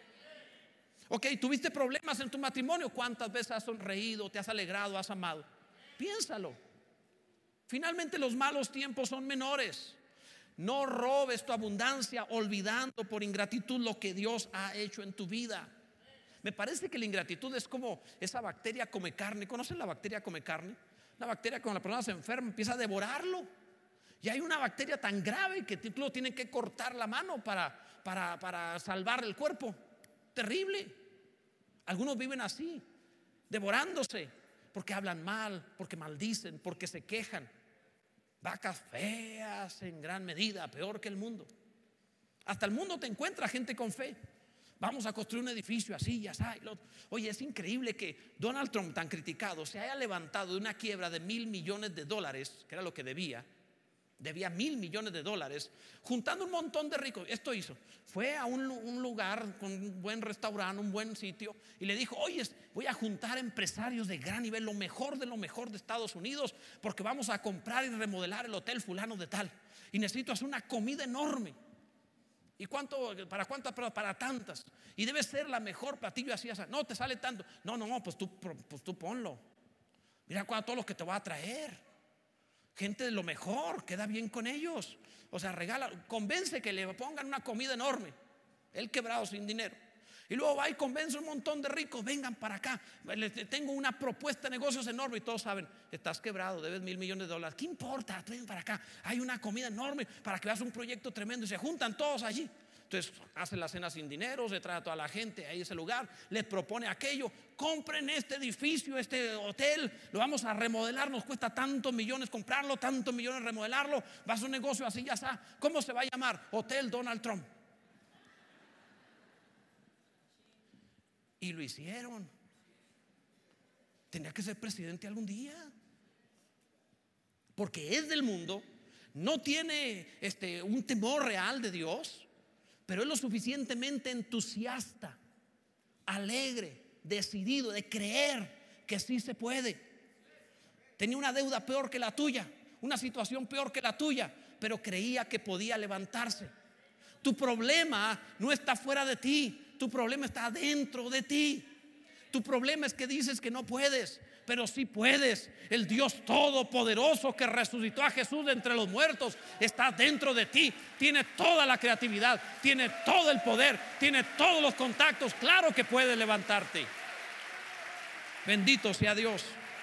Ok, tuviste problemas en tu matrimonio, ¿cuántas veces has sonreído, te has alegrado, has amado? Piénsalo. Finalmente los malos tiempos son menores. No robes tu abundancia olvidando por ingratitud lo que Dios ha hecho en tu vida. Me parece que la ingratitud es como esa bacteria come carne. ¿Conocen la bacteria come carne? La bacteria, cuando la persona se enferma, empieza a devorarlo. Y hay una bacteria tan grave que lo tienen que cortar la mano para salvar el cuerpo. Terrible. Algunos viven así, devorándose, porque hablan mal, porque maldicen, porque se quejan. Vacas feas en gran medida, peor que el mundo. Hasta el mundo te encuentra gente con fe. Vamos a construir un edificio así, ya sabes. Oye, es increíble que Donald Trump, tan criticado, se haya levantado de una quiebra de $1,000 millones, que era lo que debía $1,000 millones, juntando un montón de ricos. Esto hizo, fue a un lugar con un buen restaurante, un buen sitio, y le dijo, oye, voy a juntar empresarios de gran nivel, lo mejor de Estados Unidos, porque vamos a comprar y remodelar el hotel fulano de tal, y necesito hacer una comida enorme. ¿Y cuánto? ¿Para cuántas? Para tantas. Y debe ser la mejor platillo así. No, te sale tanto. No, pues tú ponlo. Mira todos los que te va a traer. Gente de lo mejor, queda bien con ellos. O sea, regala, convence que le pongan una comida enorme. Él quebrado sin dinero. Y luego va y convence a un montón de ricos, vengan para acá. Tengo una propuesta de negocios enorme. Y todos saben, estás quebrado, debes $1,000 millones. ¿Qué importa? Ven para acá. Hay una comida enorme para que veas un proyecto tremendo. Y se juntan todos allí. Entonces hace la cena sin dinero, se trae a toda la gente ahí a ese lugar, les propone aquello. Compren este edificio, este hotel, lo vamos a remodelar, nos cuesta tantos millones comprarlo, tantos millones remodelarlo. Va a ser un negocio así, ya está. ¿Cómo se va a llamar? Hotel Donald Trump. Y lo hicieron. Tenía que ser presidente algún día, porque es del mundo, no tiene un temor real de Dios, pero es lo suficientemente entusiasta, alegre, decidido de creer que sí se puede. Tenía una deuda peor que la tuya, una situación peor que la tuya, pero creía que podía levantarse. Tu problema no está fuera de ti, tu problema está dentro de ti. Tu problema es que dices que no puedes, pero sí puedes. El Dios todopoderoso que resucitó a Jesús de entre los muertos está dentro de ti. Tiene toda la creatividad, tiene todo el poder, tiene todos los contactos. Claro que puede levantarte. Bendito sea Dios.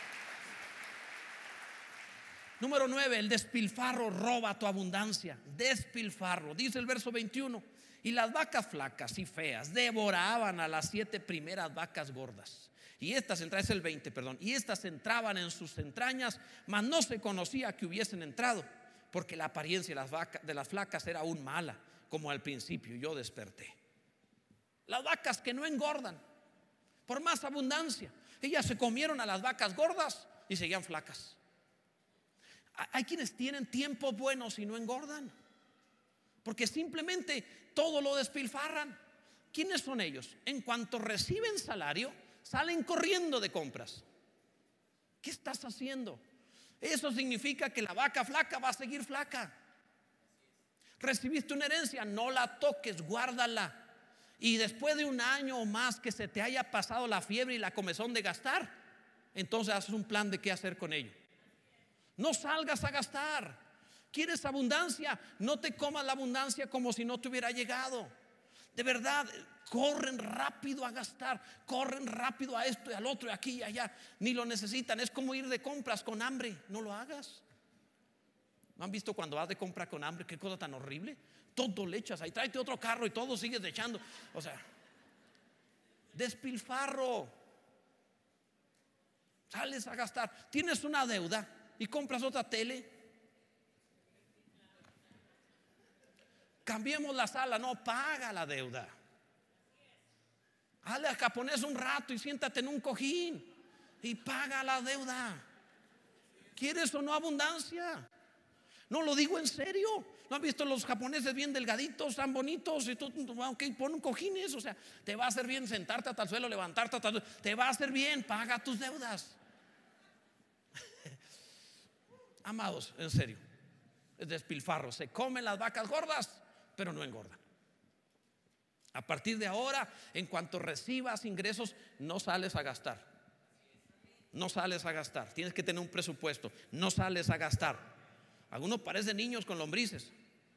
Número 9, el despilfarro roba tu abundancia. Despilfarro, dice el verso 21. Y las vacas flacas y feas devoraban a las 7 primeras vacas gordas. Y estas entraban, es el 20, perdón. Y estas entraban en sus entrañas, mas no se conocía que hubiesen entrado, porque la apariencia de las flacas era aún mala, como al principio yo desperté. Las vacas que no engordan, por más abundancia, ellas se comieron a las vacas gordas y seguían flacas. Hay quienes tienen tiempos buenos y no engordan, porque simplemente todo lo despilfarran. ¿Quiénes son ellos? En cuanto reciben salario, salen corriendo de compras. ¿Qué estás haciendo? Eso significa que la vaca flaca va a seguir flaca. Recibiste una herencia, no la toques, guárdala. Y después de un año o más que se te haya pasado la fiebre y la comezón de gastar, entonces haces un plan de qué hacer con ello. No salgas a gastar. ¿Quieres abundancia? No te comas la abundancia como si no te hubiera llegado. De verdad, corren rápido a gastar, corren rápido a esto y al otro y aquí y allá. Ni lo necesitan. Es como ir de compras con hambre. No lo hagas. ¿No han visto cuando vas de compra con hambre? Qué cosa tan horrible. Todo le echas ahí, tráete otro carro y todo sigues echando. O sea, despilfarro. Sales a gastar. Tienes una deuda y compras otra tele. Cambiemos la sala. No, paga la deuda. Hazle al japonés un rato y siéntate en un cojín y paga la deuda. ¿Quieres o no abundancia? No lo digo en serio. ¿No has visto los japoneses bien delgaditos, tan bonitos? Y tú, ok, pon un cojines. O sea, te va a hacer bien sentarte hasta el suelo, levantarte hasta el suelo. Te va a hacer bien, paga tus deudas. Amados, en serio, es despilfarro. Se comen las vacas gordas, pero no engordan. A partir de ahora, en cuanto recibas ingresos, no sales a gastar. No sales a gastar. Tienes que tener un presupuesto. No sales a gastar. Algunos parecen niños con lombrices.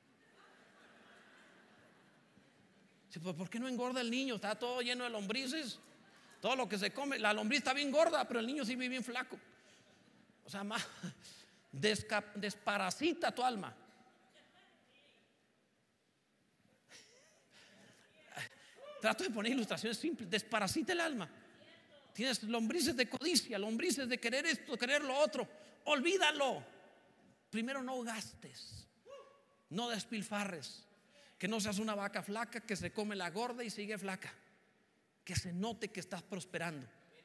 ¿Por qué no engorda el niño? Está todo lleno de lombrices. Todo lo que se come, la lombriz está bien gorda, pero el niño sí vive bien flaco. O sea, desparasita tu alma. Trato de poner ilustraciones simples. Desparasita el alma. Tienes lombrices de codicia, lombrices de querer esto, querer lo otro. Olvídalo. Primero, no gastes, no despilfarres. Que no seas una vaca flaca que se come la gorda y sigue flaca. Que se note que estás prosperando.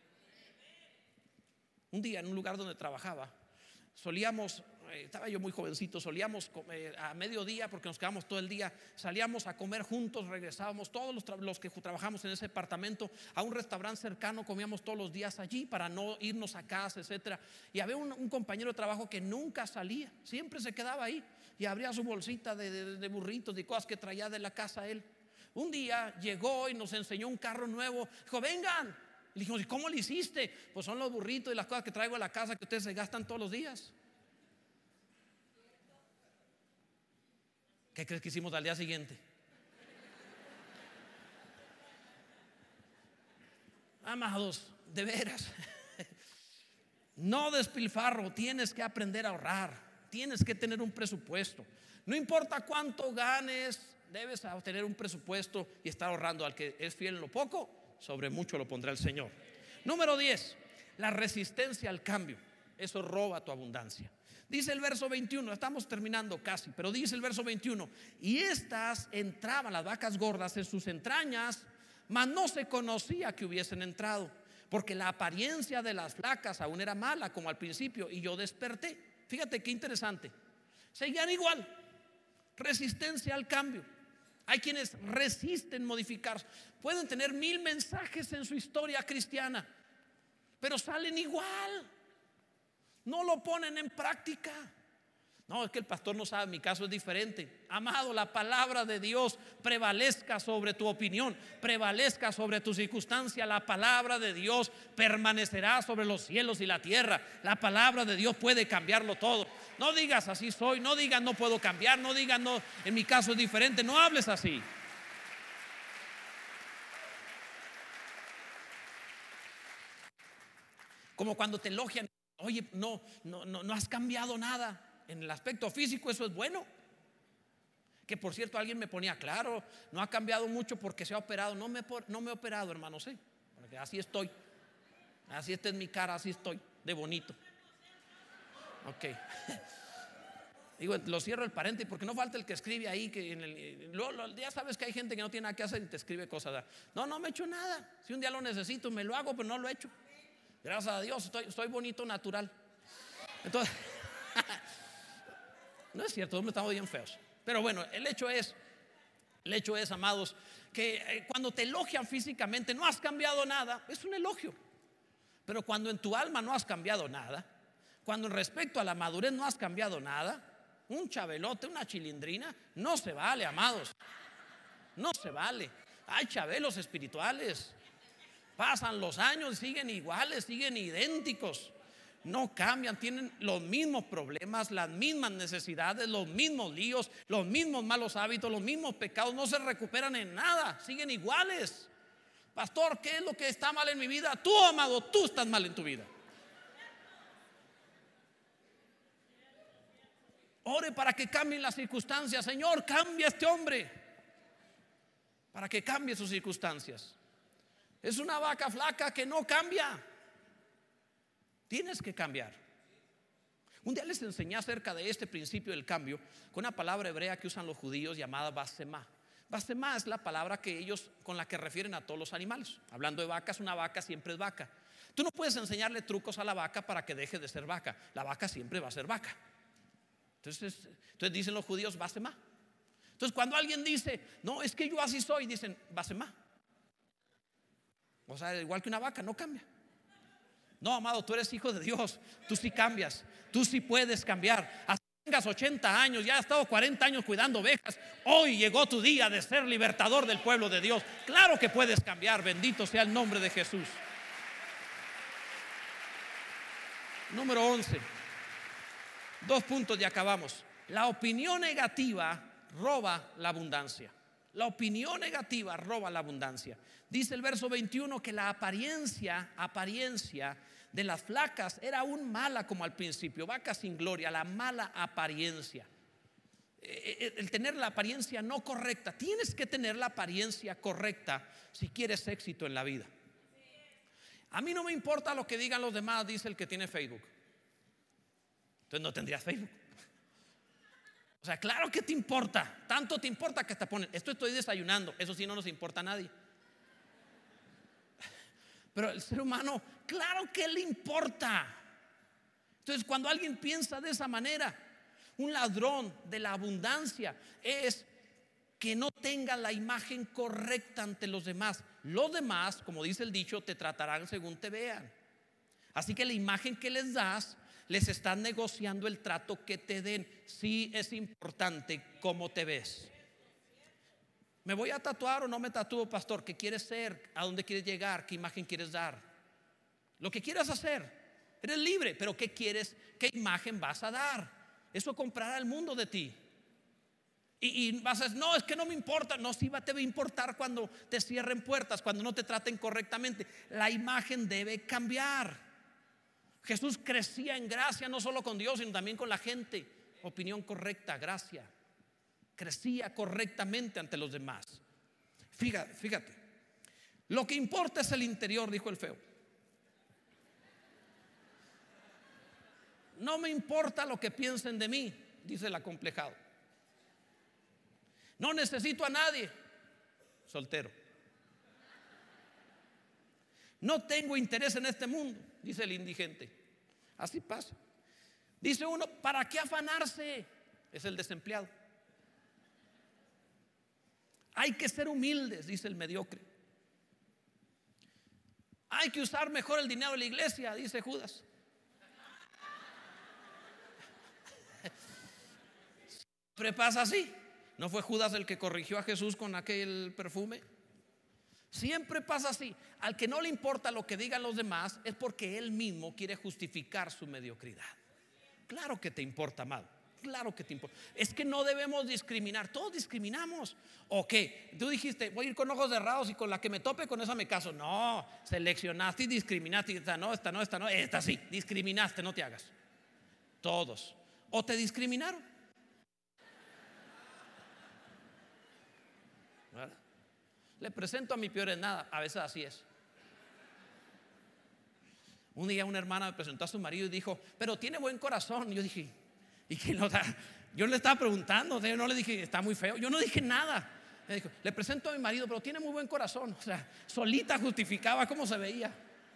Un día en un lugar donde trabajaba, solíamos, estaba yo muy jovencito, solíamos a mediodía, porque nos quedábamos todo el día, salíamos a comer juntos, regresábamos todos los que trabajamos en ese departamento a un restaurante cercano, comíamos todos los días allí para no irnos a casa, etcétera. Y había un compañero de trabajo que nunca salía, siempre se quedaba ahí y abría su bolsita de burritos y cosas que traía de la casa él. Un día llegó y nos enseñó un carro nuevo. Dijo, vengan. Le dijimos, ¿y cómo le hiciste? Pues son los burritos y las cosas que traigo a la casa que ustedes se gastan todos los días. ¿Qué crees que hicimos al día siguiente? Amados, de veras, no despilfarro. Tienes que aprender a ahorrar. Tienes que tener un presupuesto. No importa cuánto ganes, debes tener un presupuesto y estar ahorrando. Al que es fiel en lo poco, sobre mucho lo pondrá el Señor. Número 10, la resistencia al cambio. Eso roba tu abundancia. Dice el verso 21, estamos terminando casi, pero dice el verso 21: y estas entraban, las vacas gordas, en sus entrañas, mas no se conocía que hubiesen entrado, porque la apariencia de las flacas aún era mala como al principio, y yo desperté. Fíjate qué interesante. Seguían igual. Resistencia al cambio. Hay quienes resisten modificarse. Pueden tener 1000 mensajes en su historia cristiana, pero salen igual. No lo ponen en práctica. No, es que el pastor no sabe, mi caso es diferente. Amado, la palabra de Dios prevalezca sobre tu opinión, prevalezca sobre tu circunstancia. La palabra de Dios permanecerá sobre los cielos y la tierra. La palabra de Dios puede cambiarlo todo. No digas así soy, no digas no puedo cambiar, no digas no, en mi caso es diferente. No hables así. Como cuando te elogian, oye, no has cambiado nada. En el aspecto físico eso es bueno. Que por cierto alguien me ponía, claro, no ha cambiado mucho porque se ha operado. No me he operado, hermano, sí, porque así estoy. Así está en mi cara, así estoy, de bonito. Ok. Digo, lo cierro el paréntesis porque no falta el que escribe ahí que ya sabes que hay gente que no tiene nada que hacer y te escribe cosas. No me he hecho nada. Si un día lo necesito me lo hago, pero no lo he hecho. Gracias a Dios estoy bonito natural. Entonces no es cierto, estamos bien feos. Pero bueno, el hecho es, amados, que cuando te elogian físicamente no has cambiado nada, es un elogio. Pero cuando en tu alma no has cambiado nada, cuando en respecto a la madurez no has cambiado nada, un chabelote, una chilindrina, no se vale, amados. No se vale. Hay chabelos espirituales. Pasan los años y siguen iguales, siguen idénticos. No cambian, tienen los mismos problemas, las mismas necesidades, los mismos líos, los mismos malos hábitos, los mismos pecados. No se recuperan en nada, siguen iguales. Pastor, ¿qué es lo que está mal en mi vida? Tú, amado, tú estás mal en tu vida. Ore para que cambien las circunstancias. Señor, cambia a este hombre para que cambie sus circunstancias. Es una vaca flaca que no cambia. Tienes que cambiar. Un día les enseñé acerca de este principio del cambio con una palabra hebrea que usan los judíos llamada basemá. Basemá es la palabra que ellos con la que refieren a todos los animales. Hablando de vacas, una vaca siempre es vaca. Tú no puedes enseñarle trucos a la vaca para que deje de ser vaca. La vaca siempre va a ser vaca. Entonces dicen los judíos basemá. Entonces cuando alguien dice, no, es que yo así soy, dicen basemá. O sea, igual que una vaca, no cambia. No, amado, tú eres hijo de Dios. Tú sí cambias, tú sí puedes cambiar. Hasta tengas 80 años, ya has estado 40 años cuidando ovejas. Hoy llegó tu día de ser libertador del pueblo de Dios. Claro que puedes cambiar, bendito sea el nombre de Jesús. Número 11. 2 puntos y acabamos. La opinión negativa roba la abundancia. La opinión negativa roba la abundancia. Dice el verso 21 que la apariencia de las flacas era aún mala como al principio. Vacas sin gloria, la mala apariencia. El tener la apariencia no correcta. Tienes que tener la apariencia correcta si quieres éxito en la vida. A mí no me importa lo que digan los demás, dice el que tiene Facebook. Entonces no tendrías Facebook. O sea, claro que te importa. Tanto te importa que te ponen, esto estoy desayunando. Eso sí no nos importa a nadie. Pero el ser humano, claro que le importa. Entonces cuando alguien piensa de esa manera, un ladrón de la abundancia es que no tenga la imagen correcta ante los demás. Los demás, como dice el dicho, te tratarán según te vean. Así que la imagen que les das, les estás negociando el trato que te den. Sí es importante cómo te ves. ¿Me voy a tatuar o no me tatúo, pastor? ¿Qué quieres ser? ¿A dónde quieres llegar? ¿Qué imagen quieres dar? Lo que quieras hacer, eres libre. Pero ¿qué quieres? ¿Qué imagen vas a dar? Eso comprará el mundo de ti. Y vas a decir, no, es que no me importa. No, sí te va a importar cuando te cierren puertas, cuando no te traten correctamente. La imagen debe cambiar. Jesús crecía en gracia, no solo con Dios, sino también con la gente. Opinión correcta, gracia. Crecía correctamente ante los demás. Fíjate. Lo que importa es el interior, dijo el feo. No me importa lo que piensen de mí, dice el acomplejado. No necesito a nadie, soltero. No tengo interés en este mundo, dice el indigente. Así pasa. Dice uno, ¿para qué afanarse? Es el desempleado. Hay que ser humildes, dice el mediocre. Hay que usar mejor el dinero de la iglesia, dice Judas. Siempre pasa así. ¿No fue Judas el que corrigió a Jesús con aquel perfume? Siempre pasa así. Al que no le importa lo que digan los demás es porque él mismo quiere justificar su mediocridad. Claro que te importa, amado. Claro que te importa. Es que no debemos discriminar. Todos discriminamos. ¿O qué? Tú dijiste, voy a ir con ojos cerrados y con la que me tope, con esa me caso. No, seleccionaste y discriminaste. Esta no, esta sí. Discriminaste, no te hagas. Todos. ¿O te discriminaron? ¿Verdad? Le presento a mi peor en nada. A veces así es. Un día una hermana me presentó a su marido y dijo, pero tiene buen corazón. Y yo dije, ¿y quién lo da? Yo le estaba preguntando, yo no le dije, está muy feo. Yo no dije nada. Me dijo, le presento a mi marido, pero tiene muy buen corazón. O sea, solita justificaba cómo se veía.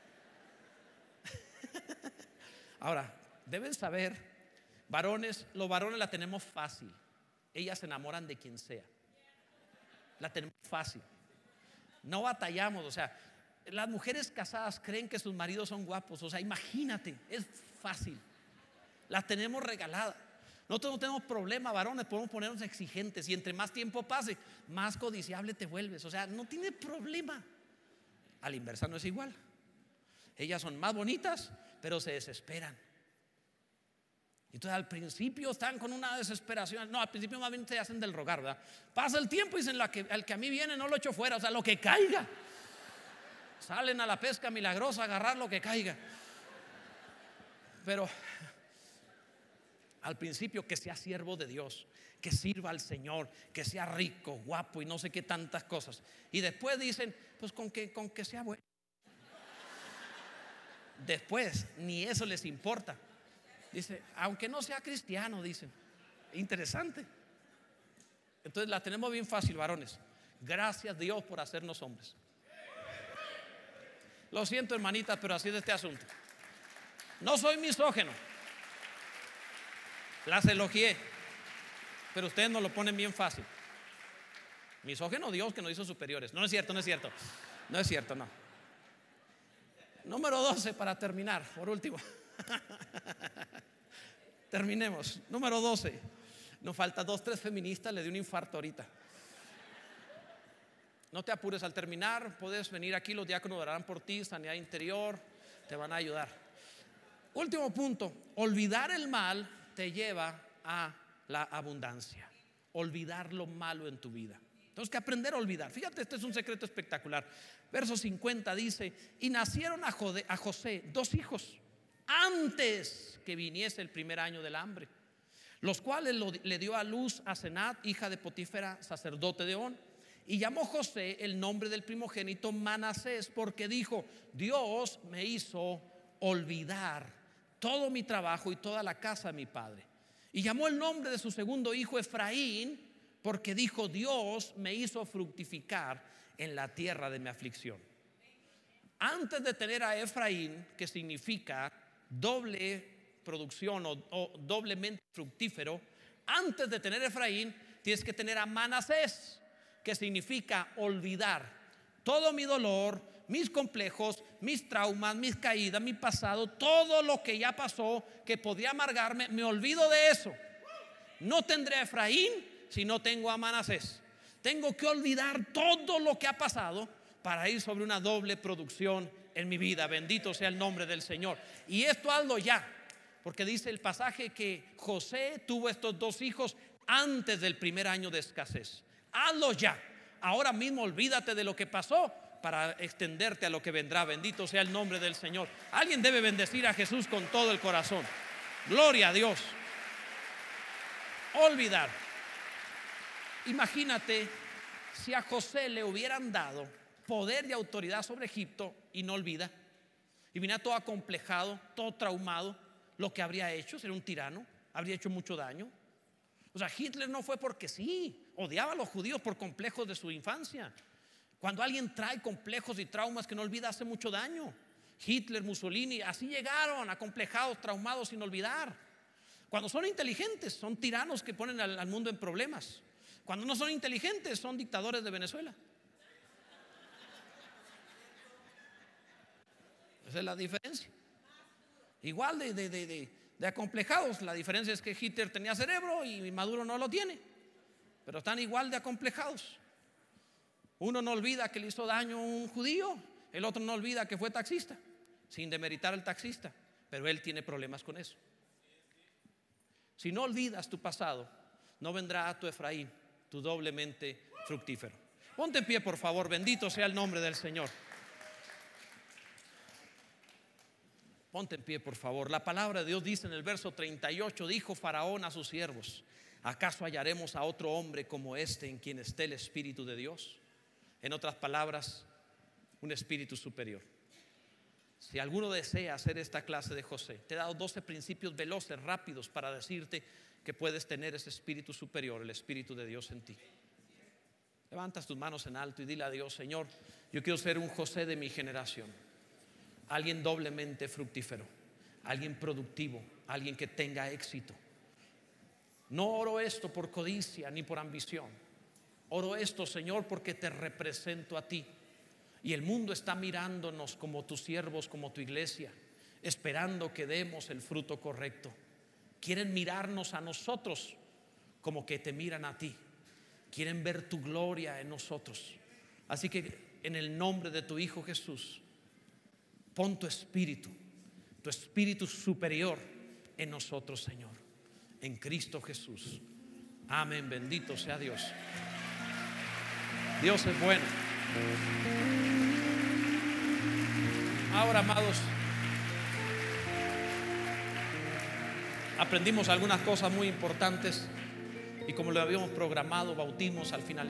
Ahora, deben saber, varones, los varones la tenemos fácil. Ellas se enamoran de quien sea. La tenemos fácil. No batallamos, o sea, las mujeres casadas creen que sus maridos son guapos. O sea, imagínate, es fácil. Las tenemos regaladas. Nosotros no tenemos problema, varones, podemos ponernos exigentes. Y entre más tiempo pase, más codiciable te vuelves. O sea, no tiene problema. A la inversa no es igual. Ellas son más bonitas, pero se desesperan. Entonces al principio están con una desesperación. No, al principio más bien se hacen del rogar, ¿verdad? Pasa el tiempo y dicen, el que a mí viene no lo echo fuera, o sea, lo que caiga. Salen a la pesca milagrosa a agarrar lo que caiga. Pero al principio que sea siervo de Dios, que sirva al Señor, que sea rico, guapo y no sé qué tantas cosas. Y después dicen, pues con que sea bueno. Después ni eso les importa. Dice, aunque no sea cristiano, dicen. Interesante. Entonces la tenemos bien fácil, varones. Gracias Dios por hacernos hombres. Lo siento, hermanitas, pero así es este asunto. No soy misógino. Las elogié, pero ustedes nos lo ponen bien fácil. Misógino Dios que nos hizo superiores. No es cierto, no es cierto. No es cierto, no. Número 12 para terminar, por último. Terminemos. Número 12. Nos falta 2, 3 feministas. Le dio un infarto ahorita. No te apures, al terminar puedes venir aquí, los diáconos orarán por ti, sanidad interior, te van a ayudar. Último punto, olvidar el mal te lleva a la abundancia. Olvidar lo malo en tu vida. Tenemos que aprender a olvidar. Fíjate, este es un secreto espectacular. Verso 50 dice, y nacieron a José 2 hijos antes que viniese el primer año del hambre, los cuales le dio a luz a Senat, hija de Potifera, sacerdote de On. Y llamó José el nombre del primogénito Manasés, porque dijo, Dios me hizo olvidar todo mi trabajo y toda la casa de mi padre. Y llamó el nombre de su segundo hijo Efraín, porque dijo, Dios me hizo fructificar en la tierra de mi aflicción. Antes de tener a Efraín, que significa doble producción o doblemente fructífero, antes de tener Efraín tienes que tener a Manasés, que significa olvidar todo mi dolor, mis complejos, mis traumas, mis caídas, mi pasado, todo lo que ya pasó que podría amargarme. Me olvido de eso. No tendré a Efraín si no tengo a Manasés. Tengo que olvidar todo lo que ha pasado para ir sobre una doble producción en mi vida. Bendito sea el nombre del Señor. Y esto hazlo ya, porque dice el pasaje que José tuvo estos 2 hijos antes del primer año de escasez. Hazlo ya. Ahora mismo olvídate de lo que pasó para extenderte a lo que vendrá. Bendito sea el nombre del Señor. Alguien debe bendecir a Jesús con todo el corazón. Gloria a Dios. Olvidar. Imagínate si a José le hubieran dado poder y autoridad sobre Egipto y no olvida, y viniera todo acomplejado, todo traumado. Lo que habría hecho, sería un tirano, habría hecho mucho daño. O sea, Hitler no fue porque sí, odiaba a los judíos por complejos de su infancia. Cuando alguien trae complejos y traumas que no olvida, hace mucho daño. Hitler, Mussolini, así llegaron, acomplejados, traumados, sin olvidar. Cuando son inteligentes, son tiranos que ponen al mundo en problemas. Cuando no son inteligentes, son dictadores de Venezuela. Esa es la diferencia. Igual de acomplejados. La diferencia es que Hitler tenía cerebro y Maduro no lo tiene, pero están igual de acomplejados. Uno no olvida que le hizo daño a un judío, el otro no olvida que fue taxista, sin demeritar al taxista, pero él tiene problemas con eso. Si no olvidas tu pasado, no vendrá a tu Efraín, tu doblemente fructífero. Ponte en pie, por favor. Bendito sea el nombre del Señor. Ponte en pie, por favor. La palabra de Dios dice en el verso 38, dijo Faraón a sus siervos, ¿acaso hallaremos a otro hombre como este en quien esté el Espíritu de Dios? En otras palabras, un espíritu superior. Si alguno desea hacer esta clase de José, te he dado 12 principios veloces, rápidos, para decirte que puedes tener ese espíritu superior, el Espíritu de Dios en ti. Levantas tus manos en alto y dile a Dios, Señor, yo quiero ser un José de mi generación. Alguien doblemente fructífero, alguien productivo, alguien que tenga éxito. No oro esto por codicia ni por ambición. Oro esto, Señor, porque te represento a ti. Y el mundo está mirándonos como tus siervos, como tu iglesia, esperando que demos el fruto correcto. Quieren mirarnos a nosotros como que te miran a ti. Quieren ver tu gloria en nosotros. Así que en el nombre de tu Hijo Jesús, pon tu espíritu tu espíritu superior en nosotros, Señor, en Cristo Jesús. Amén, bendito sea Dios. Dios es bueno. Ahora, amados, aprendimos algunas cosas muy importantes y como lo habíamos programado, bautismos al final.